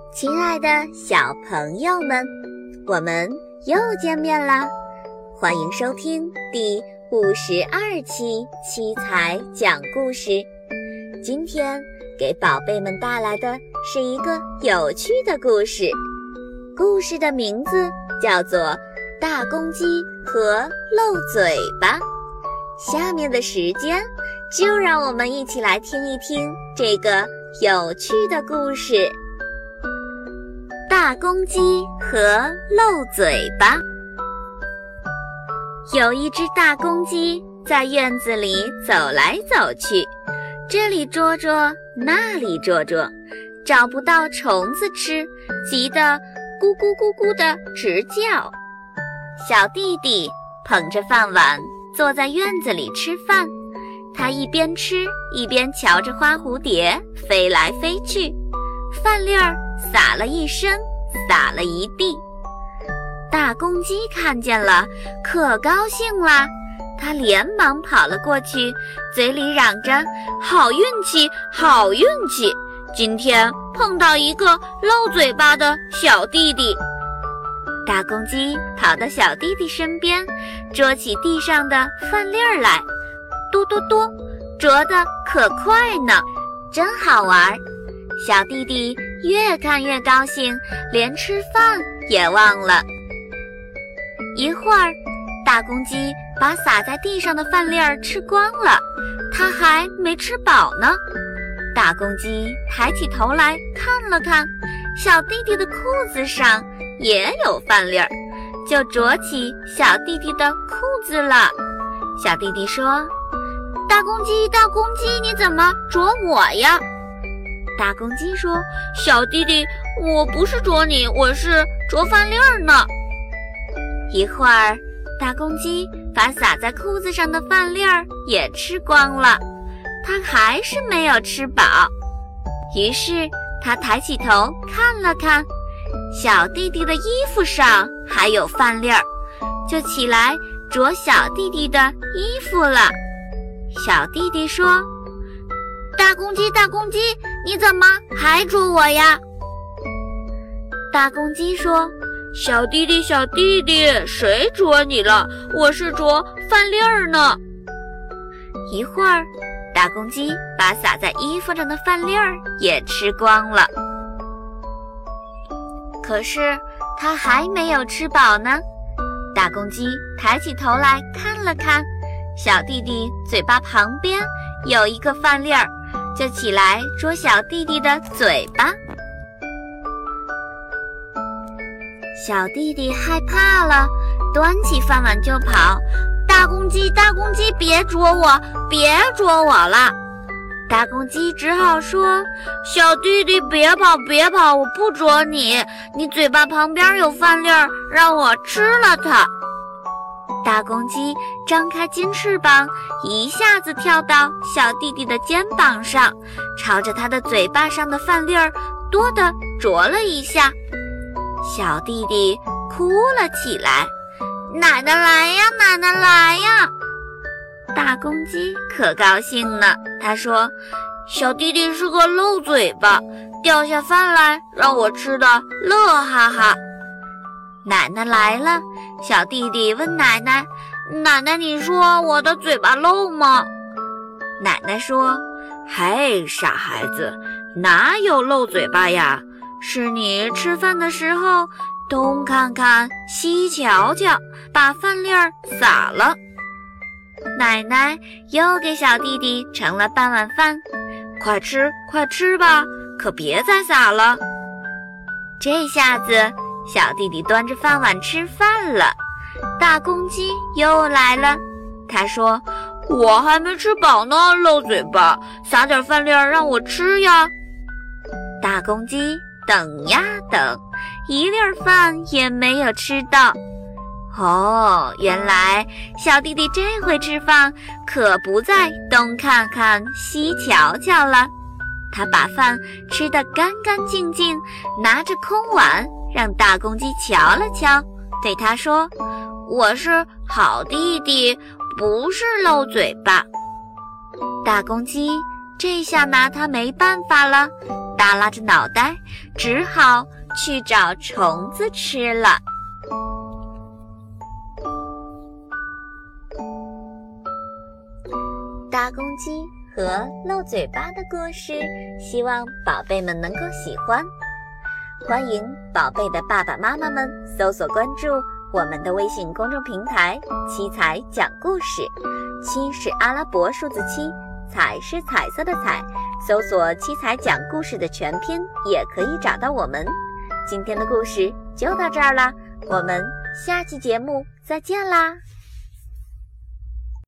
亲爱的小朋友们，我们又见面啦！欢迎收听第52期七彩讲故事。今天给宝贝们带来的是一个有趣的故事，故事的名字叫做《大公鸡和漏嘴巴》。下面的时间，就让我们一起来听一听这个有趣的故事。大公鸡和漏嘴巴。有一只大公鸡在院子里走来走去，这里啄啄，那里啄啄，找不到虫子吃，急得咕咕咕咕地直叫。小弟弟捧着饭碗坐在院子里吃饭，他一边吃一边瞧着花蝴蝶飞来飞去，饭粒儿撒了一身，撒了一地。大公鸡看见了，可高兴啦，他连忙跑了过去，嘴里嚷着：好运气，好运气，今天碰到一个漏嘴巴的小弟弟。大公鸡跑到小弟弟身边，捉起地上的饭粒儿来，嘟嘟嘟，啄得可快呢，真好玩。小弟弟越看越高兴，连吃饭也忘了。一会儿，大公鸡把撒在地上的饭粒儿吃光了，它还没吃饱呢。大公鸡抬起头来看了看，小弟弟的裤子上也有饭粒儿，就啄起小弟弟的裤子了。小弟弟说：大公鸡，大公鸡，你怎么啄我呀？大公鸡说：小弟弟，我不是啄你，我是啄饭粒儿呢。一会儿，大公鸡把撒在裤子上的饭粒儿也吃光了，它还是没有吃饱。于是它抬起头看了看，小弟弟的衣服上还有饭粒儿，就起来啄小弟弟的衣服了。小弟弟说：大公鸡，大公鸡，你怎么还啄我呀？大公鸡说：小弟弟，小弟弟，谁啄你了？我是啄饭粒儿呢。一会儿，大公鸡把撒在衣服上的饭粒儿也吃光了。可是它还没有吃饱呢。大公鸡抬起头来看了看，小弟弟嘴巴旁边有一个饭粒儿，就起来啄小弟弟的嘴巴。小弟弟害怕了，端起饭碗就跑。大公鸡，大公鸡，别啄我，别啄我了。大公鸡只好说：小弟弟，别跑，别跑，我不啄你，你嘴巴旁边有饭粒儿，让我吃了它。大公鸡张开金翅膀，一下子跳到小弟弟的肩膀上，朝着他的嘴巴上的饭粒儿多地啄了一下。小弟弟哭了起来：奶奶来呀，奶奶来呀！大公鸡可高兴呢，他说：小弟弟是个漏嘴巴，掉下饭来让我吃的乐哈哈。奶奶来了，小弟弟问奶奶：奶奶，你说我的嘴巴漏吗？奶奶说：嘿，傻孩子，哪有漏嘴巴呀？是你吃饭的时候东看看西瞧瞧，把饭粒儿撒了。奶奶又给小弟弟盛了半碗饭，快吃快吃吧，可别再撒了。这下子小弟弟端着饭碗吃饭了。大公鸡又来了，他说：我还没吃饱呢，漏嘴巴，撒点饭粒儿让我吃呀。大公鸡等呀等，一粒饭也没有吃到。哦，原来小弟弟这回吃饭可不再东看看西瞧瞧了。他把饭吃得干干净净，拿着空碗让大公鸡瞧了瞧，对他说：我是好弟弟，不是漏嘴巴。大公鸡这下拿他没办法了， 耷拉着脑袋，只好去找虫子吃了。大公鸡和漏嘴巴的故事，希望宝贝们能够喜欢。欢迎宝贝的爸爸妈妈们搜索关注我们的微信公众平台七彩讲故事，七是阿拉伯数字7，彩是彩色的彩，搜索七彩讲故事的全拼也可以找到我们。今天的故事就到这儿啦，我们下期节目再见啦。